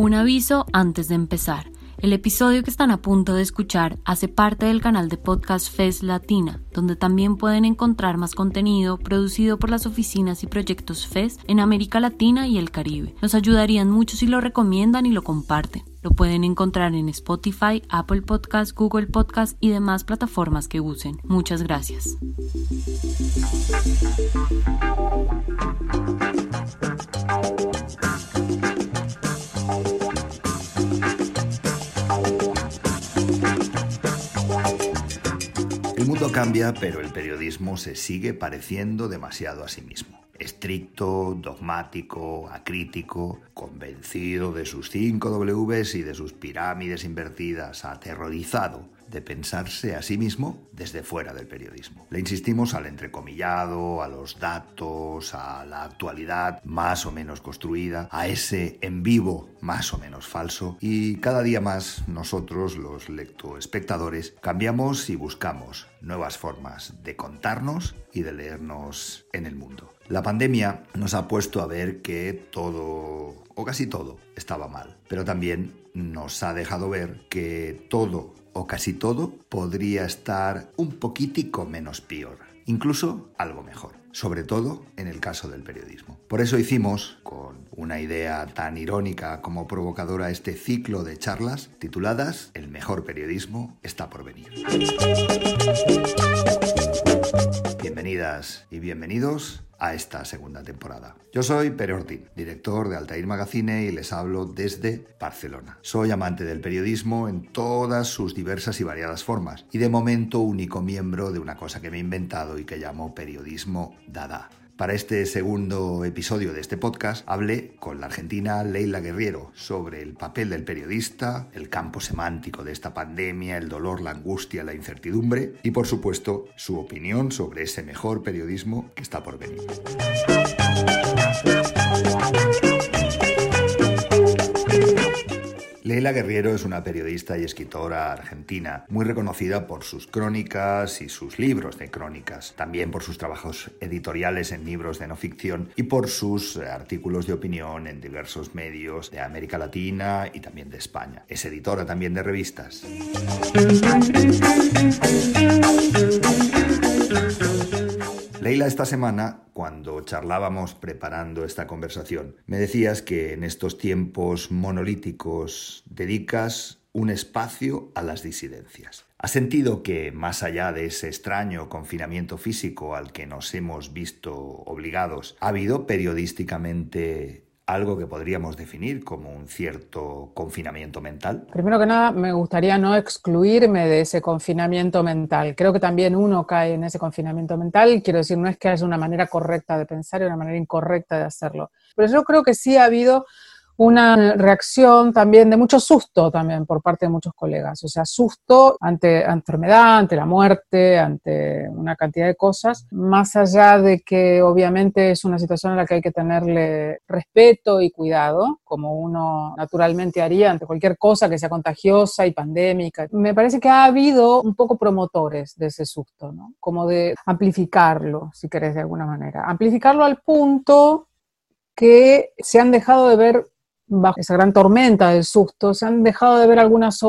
Un aviso antes de empezar. El episodio que están a punto de escuchar hace parte del canal de podcast FES Latina, donde también pueden encontrar más contenido producido por las oficinas y proyectos FES en América Latina y el Caribe. Nos ayudarían mucho si lo recomiendan y lo comparten. Lo pueden encontrar en Spotify, Apple Podcasts, Google Podcasts y demás plataformas que usen. Muchas gracias. El mundo cambia, pero el periodismo se sigue pareciendo demasiado a sí mismo. Estricto, dogmático, acrítico, convencido de sus 5 Ws y de sus pirámides invertidas, aterrorizado de pensarse a sí mismo desde fuera del periodismo. Le insistimos al entrecomillado, a los datos, a la actualidad más o menos construida, a ese en vivo más o menos falso, y cada día más nosotros, los lectoespectadores, cambiamos y buscamos nuevas formas de contarnos y de leernos en el mundo. La pandemia nos ha puesto a ver que todo, o casi todo, estaba mal, pero también nos ha dejado ver que todo o casi todo podría estar un poquitico menos peor, incluso algo mejor, sobre todo en el caso del periodismo. Por eso hicimos, con una idea tan irónica como provocadora, este ciclo de charlas tituladas El mejor periodismo está por venir. Bienvenidas y bienvenidos a esta segunda temporada. Yo soy Pere Ortín, director de Altair Magazine, y les hablo desde Barcelona. Soy amante del periodismo en todas sus diversas y variadas formas, y de momento único miembro de una cosa que me he inventado y que llamo periodismo dada. Para este segundo episodio de este podcast hablé con la argentina Leila Guerriero sobre el papel del periodista, el campo semántico de esta pandemia, el dolor, la angustia, la incertidumbre y, por supuesto, su opinión sobre ese mejor periodismo que está por venir. Leila Guerriero es una periodista y escritora argentina muy reconocida por sus crónicas y sus libros de crónicas, también por sus trabajos editoriales en libros de no ficción y por sus artículos de opinión en diversos medios de América Latina y también de España. Es editora también de revistas. Leila, esta semana, cuando charlábamos preparando esta conversación, me decías que en estos tiempos monolíticos dedicas un espacio a las disidencias. ¿Has sentido que, más allá de ese extraño confinamiento físico al que nos hemos visto obligados, ha habido periodísticamente algo que podríamos definir como un cierto confinamiento mental? Primero que nada, me gustaría no excluirme de ese confinamiento mental. Creo que también uno cae en ese confinamiento mental. Quiero decir, no es que haya una manera correcta de pensar y una manera incorrecta de hacerlo. Pero yo creo que sí ha habido una reacción también de mucho susto también por parte de muchos colegas. O sea, susto ante la enfermedad, ante la muerte, ante una cantidad de cosas, más allá de que obviamente es una situación en la que hay que tenerle respeto y cuidado, como uno naturalmente haría ante cualquier cosa que sea contagiosa y pandémica. Me parece que ha habido un poco promotores de ese susto, ¿no? Como de amplificarlo, si querés, de alguna manera. Amplificarlo al punto que se han dejado de ver, bajo esa gran tormenta del susto, se han dejado de ver algunas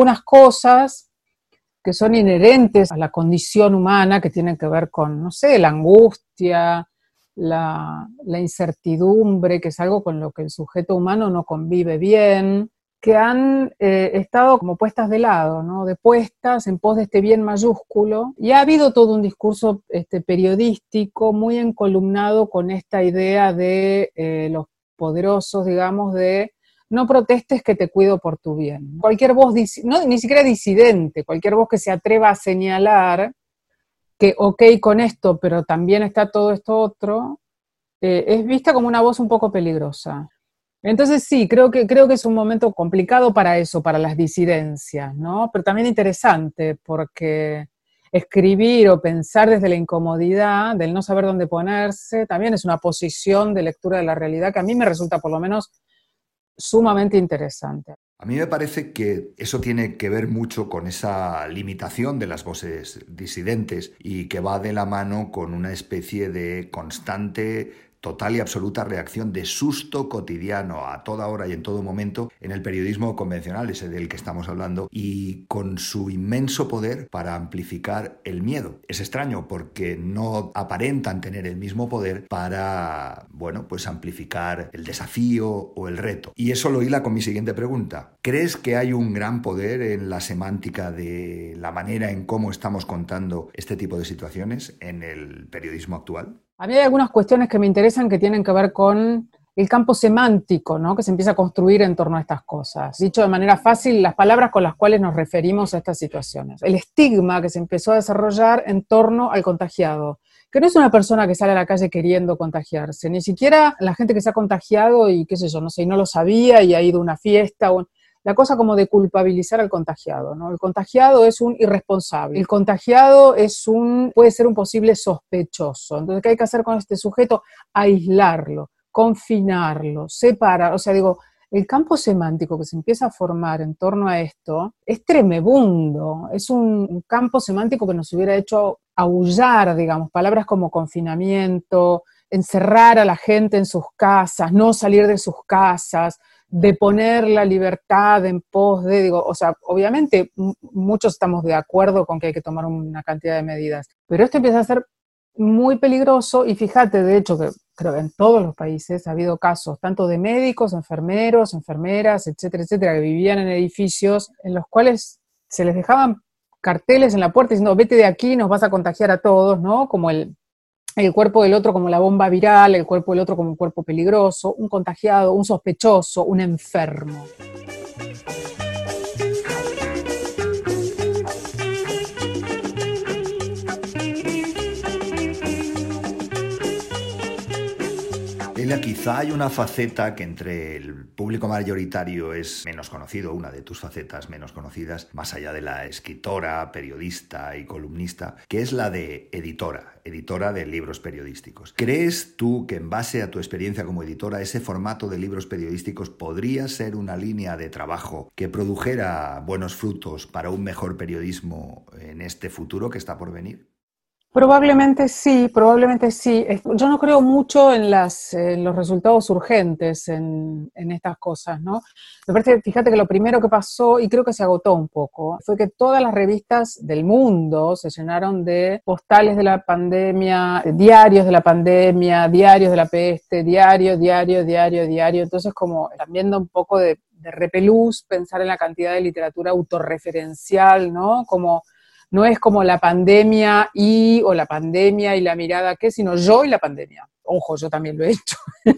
cosas que son inherentes a la condición humana, que tienen que ver con, no sé, la angustia, la incertidumbre, que es algo con lo que el sujeto humano no convive bien, que han estado como puestas de lado, ¿no? Depuestas en pos de este bien mayúsculo, y ha habido todo un discurso periodístico muy encolumnado con esta idea de los poderosos, digamos, de no protestes que te cuido por tu bien. Cualquier voz, ni siquiera disidente, cualquier voz que se atreva a señalar que ok con esto, pero también está todo esto otro, es vista como una voz un poco peligrosa. Entonces sí, creo que es un momento complicado para eso, para las disidencias, ¿no? Pero también interesante, porque escribir o pensar desde la incomodidad, del no saber dónde ponerse, también es una posición de lectura de la realidad que a mí me resulta por lo menos sumamente interesante. A mí me parece que eso tiene que ver mucho con esa limitación de las voces disidentes y que va de la mano con una especie de constante total y absoluta reacción de susto cotidiano a toda hora y en todo momento en el periodismo convencional, ese del que estamos hablando, y con su inmenso poder para amplificar el miedo. Es extraño porque no aparentan tener el mismo poder para, bueno, pues amplificar el desafío o el reto. Y eso lo hila con mi siguiente pregunta. ¿Crees que hay un gran poder en la semántica de la manera en cómo estamos contando este tipo de situaciones en el periodismo actual? A mí hay algunas cuestiones que me interesan que tienen que ver con el campo semántico, ¿no?, que se empieza a construir en torno a estas cosas. Dicho de manera fácil, las palabras con las cuales nos referimos a estas situaciones. El estigma que se empezó a desarrollar en torno al contagiado, que no es una persona que sale a la calle queriendo contagiarse, ni siquiera la gente que se ha contagiado y qué sé yo, no sé, y no lo sabía y ha ido a una fiesta, la cosa como de culpabilizar al contagiado, ¿no? El contagiado es un irresponsable, el contagiado puede ser un posible sospechoso. Entonces, ¿qué hay que hacer con este sujeto? Aislarlo, confinarlo, separar, o sea, digo, el campo semántico que se empieza a formar en torno a esto es tremebundo, es un campo semántico que nos hubiera hecho aullar, digamos, palabras como confinamiento, encerrar a la gente en sus casas, no salir de sus casas, de poner la libertad en pos de, digo, o sea, obviamente muchos estamos de acuerdo con que hay que tomar una cantidad de medidas, pero esto empieza a ser muy peligroso y fíjate, de hecho, que creo que en todos los países ha habido casos, tanto de médicos, enfermeros, enfermeras, etcétera, etcétera, que vivían en edificios en los cuales se les dejaban carteles en la puerta diciendo, vete de aquí, nos vas a contagiar a todos, ¿no? Como el cuerpo del otro como la bomba viral, el cuerpo del otro como un cuerpo peligroso, un contagiado, un sospechoso, un enfermo. Quizá hay una faceta que entre el público mayoritario es menos conocido, una de tus facetas menos conocidas, más allá de la escritora, periodista y columnista, que es la de editora de libros periodísticos. ¿Crees tú que en base a tu experiencia como editora ese formato de libros periodísticos podría ser una línea de trabajo que produjera buenos frutos para un mejor periodismo en este futuro que está por venir? Probablemente sí, probablemente sí. Yo no creo mucho en los resultados urgentes en estas cosas, ¿no? Me parece, fíjate que lo primero que pasó, y creo que se agotó un poco, fue que todas las revistas del mundo se llenaron de postales de la pandemia, diarios de la pandemia, diarios de la peste, diario. Entonces como también da un poco de repelús pensar en la cantidad de literatura autorreferencial, ¿no? Como no es como la pandemia o la pandemia y la mirada que, sino yo y la pandemia. Ojo, yo también lo he hecho.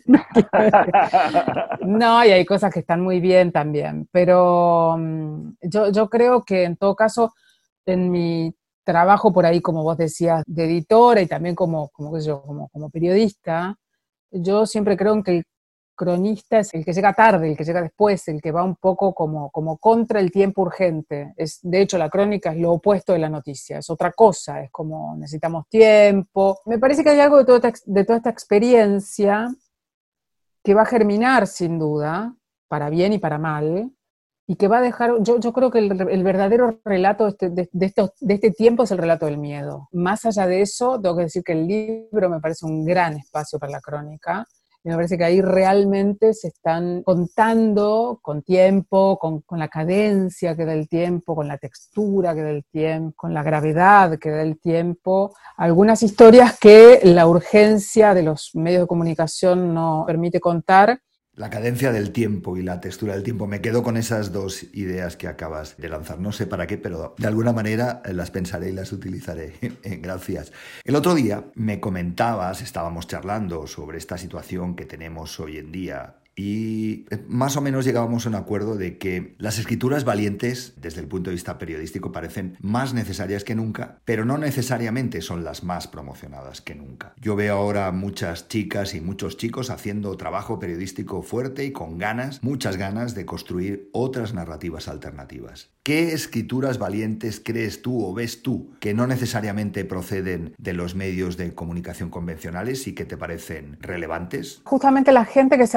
No, y hay cosas que están muy bien también, pero yo creo que en todo caso, en mi trabajo por ahí, como vos decías, de editora y también como periodista, yo siempre creo en que el cronista es el que llega tarde, el que llega después, el que va un poco como contra el tiempo urgente. De hecho, la crónica es lo opuesto de la noticia, es otra cosa, es como necesitamos tiempo. Me parece que hay algo de toda esta experiencia que va a germinar sin duda, para bien y para mal, y que va a dejar, yo creo que el verdadero relato de este tiempo es el relato del miedo. Más allá de eso, tengo que decir que el libro me parece un gran espacio para la crónica. Me parece que ahí realmente se están contando con tiempo, con la cadencia que da el tiempo, con la textura que da el tiempo, con la gravedad que da el tiempo, algunas historias que la urgencia de los medios de comunicación no permite contar. La cadencia del tiempo y la textura del tiempo. Me quedo con esas dos ideas que acabas de lanzar. No sé para qué, pero de alguna manera las pensaré y las utilizaré. Gracias. El otro día me comentabas, estábamos charlando sobre esta situación que tenemos hoy en día y más o menos llegábamos a un acuerdo de que las escrituras valientes, desde el punto de vista periodístico, parecen más necesarias que nunca, pero no necesariamente son las más promocionadas que nunca. Yo veo ahora muchas chicas y muchos chicos haciendo trabajo periodístico fuerte y con ganas, muchas ganas de construir otras narrativas alternativas. ¿Qué escrituras valientes crees tú o ves tú que no necesariamente proceden de los medios de comunicación convencionales y que te parecen relevantes? Justamente la gente que se ha puesto a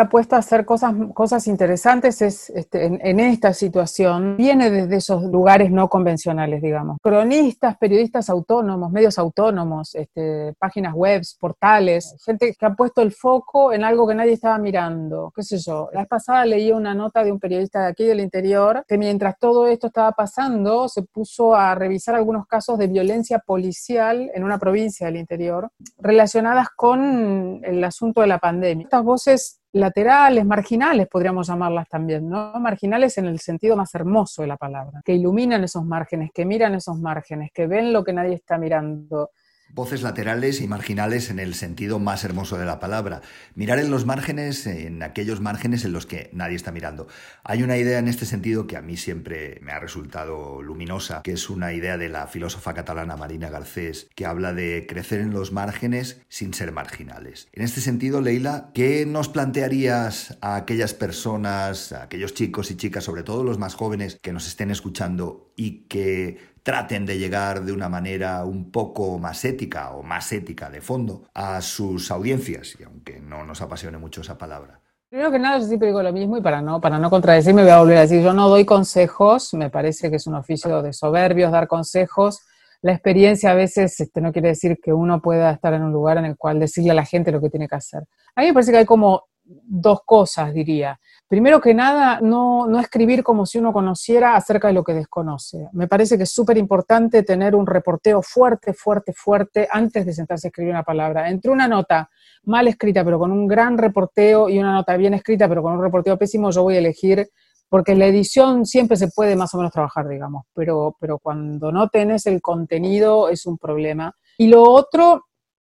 hacer cosas interesantes es, en esta situación, viene desde esos lugares no convencionales, digamos. Cronistas, periodistas autónomos, medios autónomos, páginas web, portales, gente que ha puesto el foco en algo que nadie estaba mirando, qué sé yo. La vez pasada leí una nota de un periodista de aquí del interior que mientras todo esto estaba pasando se puso a revisar algunos casos de violencia policial en una provincia del interior relacionadas con el asunto de la pandemia. Estas voces laterales, marginales, podríamos llamarlas también, ¿no? Marginales en el sentido más hermoso de la palabra, que iluminan esos márgenes, que miran esos márgenes, que ven lo que nadie está mirando. Voces laterales y marginales en el sentido más hermoso de la palabra. Mirar en los márgenes, en aquellos márgenes en los que nadie está mirando. Hay una idea en este sentido que a mí siempre me ha resultado luminosa, que es una idea de la filósofa catalana Marina Garcés, que habla de crecer en los márgenes sin ser marginales. En este sentido, Leila, ¿qué nos plantearías a aquellas personas, a aquellos chicos y chicas, sobre todo los más jóvenes, que nos estén escuchando y que traten de llegar de una manera un poco más ética o más ética de fondo a sus audiencias, y aunque no nos apasione mucho esa palabra? Primero que nada, yo siempre digo lo mismo y para no contradecirme voy a volver a decir, yo no doy consejos, me parece que es un oficio de soberbios dar consejos. La experiencia a veces no quiere decir que uno pueda estar en un lugar en el cual decirle a la gente lo que tiene que hacer. A mí me parece que hay como dos cosas, diría. Primero que nada, no escribir como si uno conociera acerca de lo que desconoce. Me parece que es súper importante tener un reporteo fuerte antes de sentarse a escribir una palabra. Entre una nota mal escrita pero con un gran reporteo y una nota bien escrita pero con un reporteo pésimo, yo voy a elegir, porque la edición siempre se puede más o menos trabajar, digamos, pero cuando no tenés el contenido es un problema. Y lo otro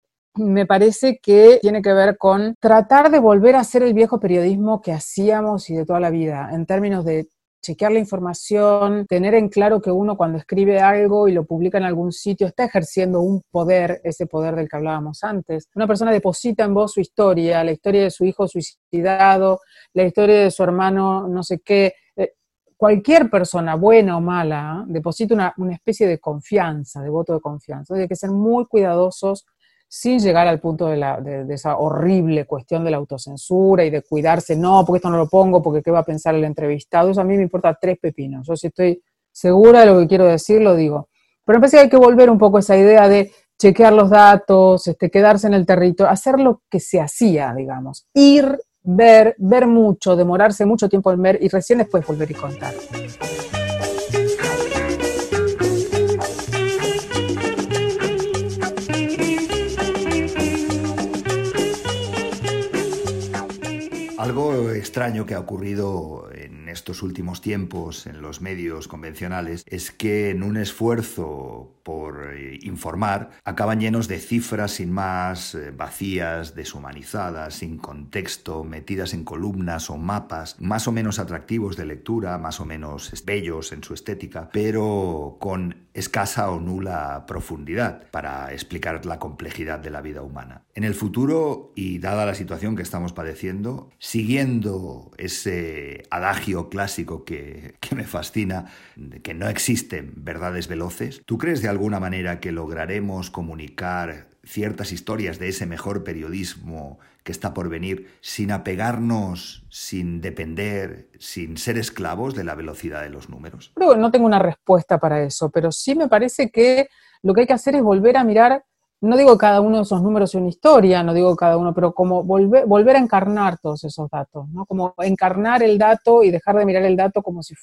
me parece que tiene que ver con tratar de volver a hacer el viejo periodismo que hacíamos y de toda la vida, en términos de chequear la información, tener en claro que uno cuando escribe algo y lo publica en algún sitio está ejerciendo un poder, ese poder del que hablábamos antes. Una persona deposita en vos su historia, la historia de su hijo suicidado, la historia de su hermano no sé qué. Cualquier persona, buena o mala, deposita una especie de confianza, de voto de confianza. Hay que ser muy cuidadosos sin llegar al punto de esa horrible cuestión de la autocensura y de cuidarse, no, porque esto no lo pongo, porque qué va a pensar el entrevistado. Eso a mí me importa tres pepinos. Yo si estoy segura de lo que quiero decir, lo digo. Pero me parece que hay que volver un poco a esa idea de chequear los datos, quedarse en el territorio, hacer lo que se hacía, digamos. Ir, ver mucho, demorarse mucho tiempo en ver y recién después volver y contar. Algo extraño que ha ocurrido en estos últimos tiempos en los medios convencionales es que en un esfuerzo por informar acaban llenos de cifras sin más, vacías, deshumanizadas, sin contexto, metidas en columnas o mapas más o menos atractivos de lectura, más o menos bellos en su estética, pero con escasa o nula profundidad para explicar la complejidad de la vida humana. En el futuro, y dada la situación que estamos padeciendo, siguiendo ese adagio clásico que me fascina, de que no existen verdades veloces, ¿tú crees de alguna manera que lograremos comunicar ciertas historias de ese mejor periodismo que está por venir sin apegarnos, sin depender, sin ser esclavos de la velocidad de los números? Creo que no tengo una respuesta para eso, pero sí me parece que lo que hay que hacer es volver a mirar, no digo que cada uno de esos números sea una historia, no digo cada uno, pero como volver a encarnar todos esos datos, ¿no? Como encarnar el dato y dejar de mirar el dato como si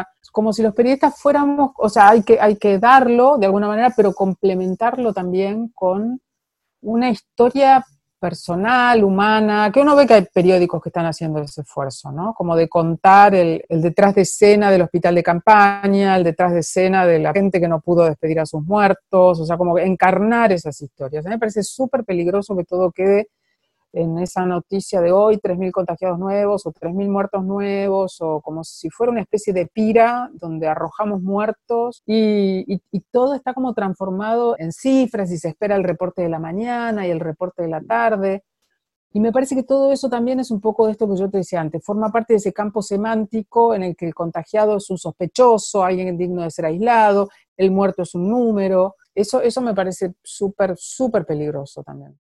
los periodistas fuéramos, o sea, hay que darlo de alguna manera, pero complementarlo también con una historia personal, humana, que uno ve que hay periódicos que están haciendo ese esfuerzo, ¿no? Como de contar el detrás de escena del hospital de campaña, el detrás de escena de la gente que no pudo despedir a sus muertos, o sea, como encarnar esas historias. A mí me parece súper peligroso que todo quede en esa noticia de hoy, 3.000 contagiados nuevos o 3.000 muertos nuevos, o como si fuera una especie de pira donde arrojamos muertos y todo está como transformado en cifras y se espera el reporte de la mañana y el reporte de la tarde. Y me parece que todo eso también es un poco de esto que yo te decía antes, forma parte de ese campo semántico en el que el contagiado es un sospechoso, alguien digno de ser aislado, el muerto es un número. Eso me parece súper, súper peligroso también.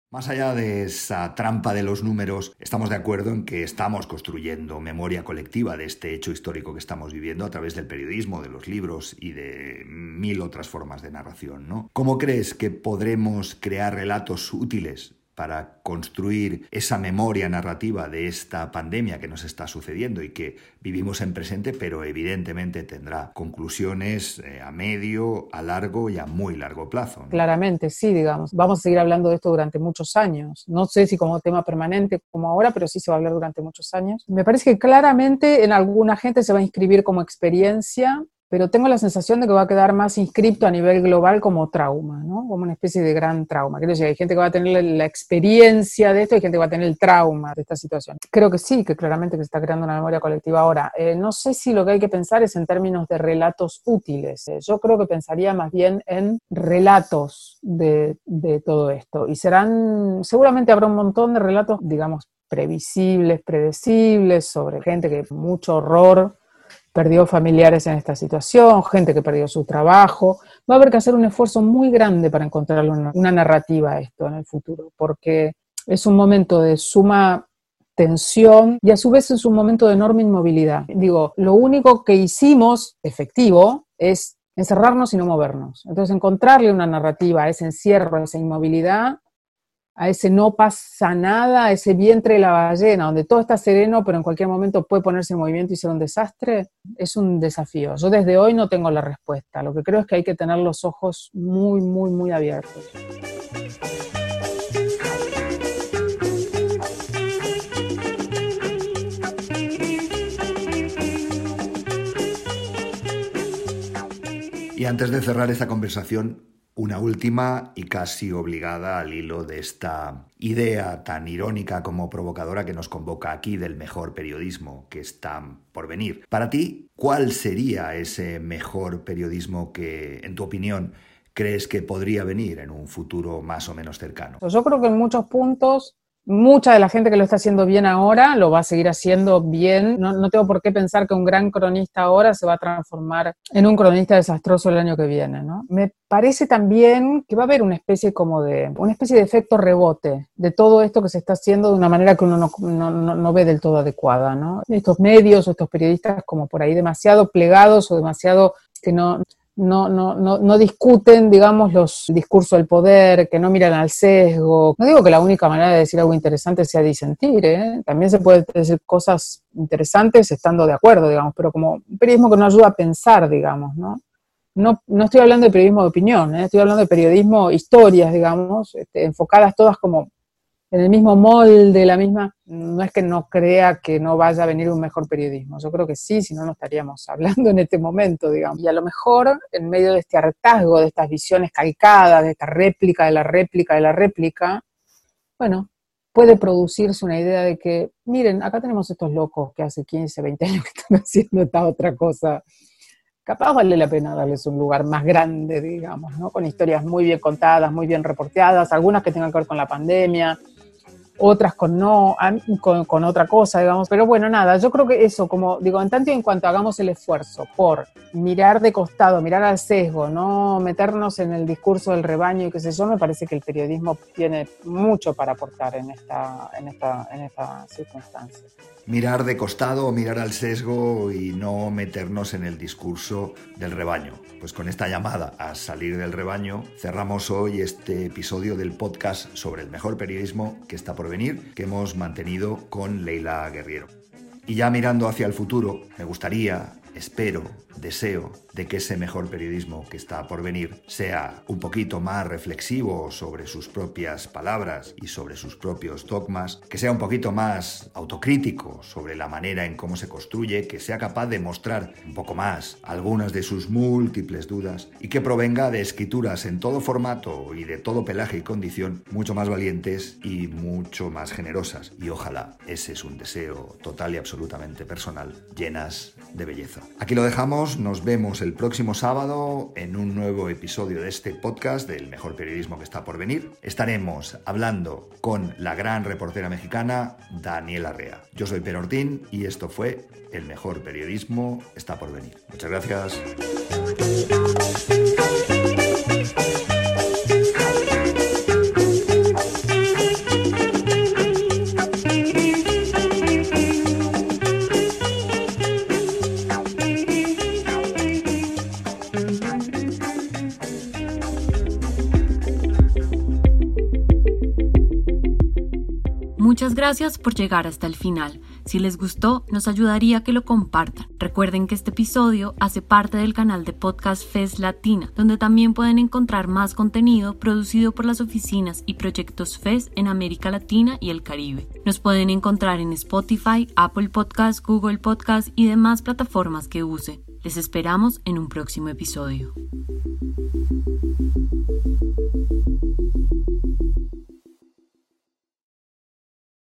Más allá de esa trampa de los números, estamos de acuerdo en que estamos construyendo memoria colectiva de este hecho histórico que estamos viviendo a través del periodismo, de los libros y de 1000 otras formas de narración, ¿no? ¿Cómo crees que podremos crear relatos útiles para construir esa memoria narrativa de esta pandemia que nos está sucediendo y que vivimos en presente, pero evidentemente tendrá conclusiones a medio, a largo y a muy largo plazo, ¿no? Claramente, sí, digamos. Vamos a seguir hablando de esto durante muchos años. No sé si como tema permanente como ahora, pero sí se va a hablar durante muchos años. Me parece que claramente en alguna gente se va a inscribir como experiencia, pero tengo la sensación de que va a quedar más inscripto a nivel global como trauma, ¿no? Como una especie de gran trauma. Quiero decir, hay gente que va a tener la experiencia de esto y gente que va a tener el trauma de esta situación. Creo que sí, que claramente que se está creando una memoria colectiva ahora. No sé si lo que hay que pensar es en términos de relatos útiles. Yo creo que pensaría más bien en relatos de todo esto. Y seguramente habrá un montón de relatos, digamos, previsibles, predecibles, sobre gente que mucho horror perdió familiares en esta situación, gente que perdió su trabajo. Va a haber que hacer un esfuerzo muy grande para encontrar una narrativa a esto en el futuro, porque es un momento de suma tensión y a su vez es un momento de enorme inmovilidad. Digo, lo único que hicimos efectivo es encerrarnos y no movernos. Entonces, encontrarle una narrativa a ese encierro, a esa inmovilidad, a ese no pasa nada, a ese vientre de la ballena, donde todo está sereno, pero en cualquier momento puede ponerse en movimiento y ser un desastre, es un desafío. Yo desde hoy no tengo la respuesta. Lo que creo es que hay que tener los ojos muy, muy, muy abiertos. Y antes de cerrar esta conversación, una última y casi obligada al hilo de esta idea tan irónica como provocadora que nos convoca aquí del mejor periodismo que está por venir. Para ti, ¿cuál sería ese mejor periodismo que, en tu opinión, crees que podría venir en un futuro más o menos cercano? Yo creo que en muchos puntos, mucha de la gente que lo está haciendo bien ahora lo va a seguir haciendo bien. No tengo por qué pensar que un gran cronista ahora se va a transformar en un cronista desastroso el año que viene, ¿no? Me parece también que va a haber una especie de efecto rebote de todo esto que se está haciendo de una manera que uno no ve del todo adecuada, ¿no? Estos medios o estos periodistas como por ahí demasiado plegados o demasiado que no discuten, digamos, el discurso del poder, que no miran al sesgo. No digo que la única manera de decir algo interesante sea disentir, ¿eh? También se puede decir cosas interesantes estando de acuerdo, digamos, pero como un periodismo que no ayuda a pensar, digamos, ¿no? No estoy hablando de periodismo de opinión, ¿eh? Estoy hablando de periodismo, historias, digamos, enfocadas todas como en el mismo molde, la misma. No es que no crea que no vaya a venir un mejor periodismo. Yo creo que sí, si no, no estaríamos hablando en este momento, digamos. Y a lo mejor, en medio de este hartazgo, de estas visiones calcadas, de esta réplica de la réplica de la réplica, bueno, puede producirse una idea de que, miren, acá tenemos estos locos que hace 15, 20 años que están haciendo esta otra cosa. Capaz vale la pena darles un lugar más grande, digamos, ¿no? Con historias muy bien contadas, muy bien reporteadas, algunas que tengan que ver con la pandemia, otras con otra cosa, digamos. Pero bueno, nada, yo creo que eso, como digo, en tanto y en cuanto hagamos el esfuerzo por mirar de costado, mirar al sesgo, no meternos en el discurso del rebaño y qué sé yo, me parece que el periodismo tiene mucho para aportar en esta circunstancia. Mirar de costado o mirar al sesgo y no meternos en el discurso del rebaño. Pues con esta llamada a salir del rebaño cerramos hoy este episodio del podcast sobre el mejor periodismo que está por venir, que hemos mantenido con Leila Guerriero. Y ya mirando hacia el futuro, me gustaría, espero, deseo de que ese mejor periodismo que está por venir sea un poquito más reflexivo sobre sus propias palabras y sobre sus propios dogmas, que sea un poquito más autocrítico sobre la manera en cómo se construye, que sea capaz de mostrar un poco más algunas de sus múltiples dudas y que provenga de escrituras en todo formato y de todo pelaje y condición mucho más valientes y mucho más generosas. Y ojalá, ese es un deseo total y absolutamente personal, llenas de belleza. Aquí lo dejamos. Nos vemos el próximo sábado en un nuevo episodio de este podcast del mejor periodismo que está por venir. Estaremos hablando con la gran reportera mexicana Daniela Rea. Yo soy Per Ortín y esto fue El mejor periodismo está por venir. Muchas gracias. Muchas gracias por llegar hasta el final. Si les gustó, nos ayudaría que lo compartan. Recuerden que este episodio hace parte del canal de podcast FES Latina, donde también pueden encontrar más contenido producido por las oficinas y proyectos FES en América Latina y el Caribe. Nos pueden encontrar en Spotify, Apple Podcasts, Google Podcasts y demás plataformas que use. Les esperamos en un próximo episodio.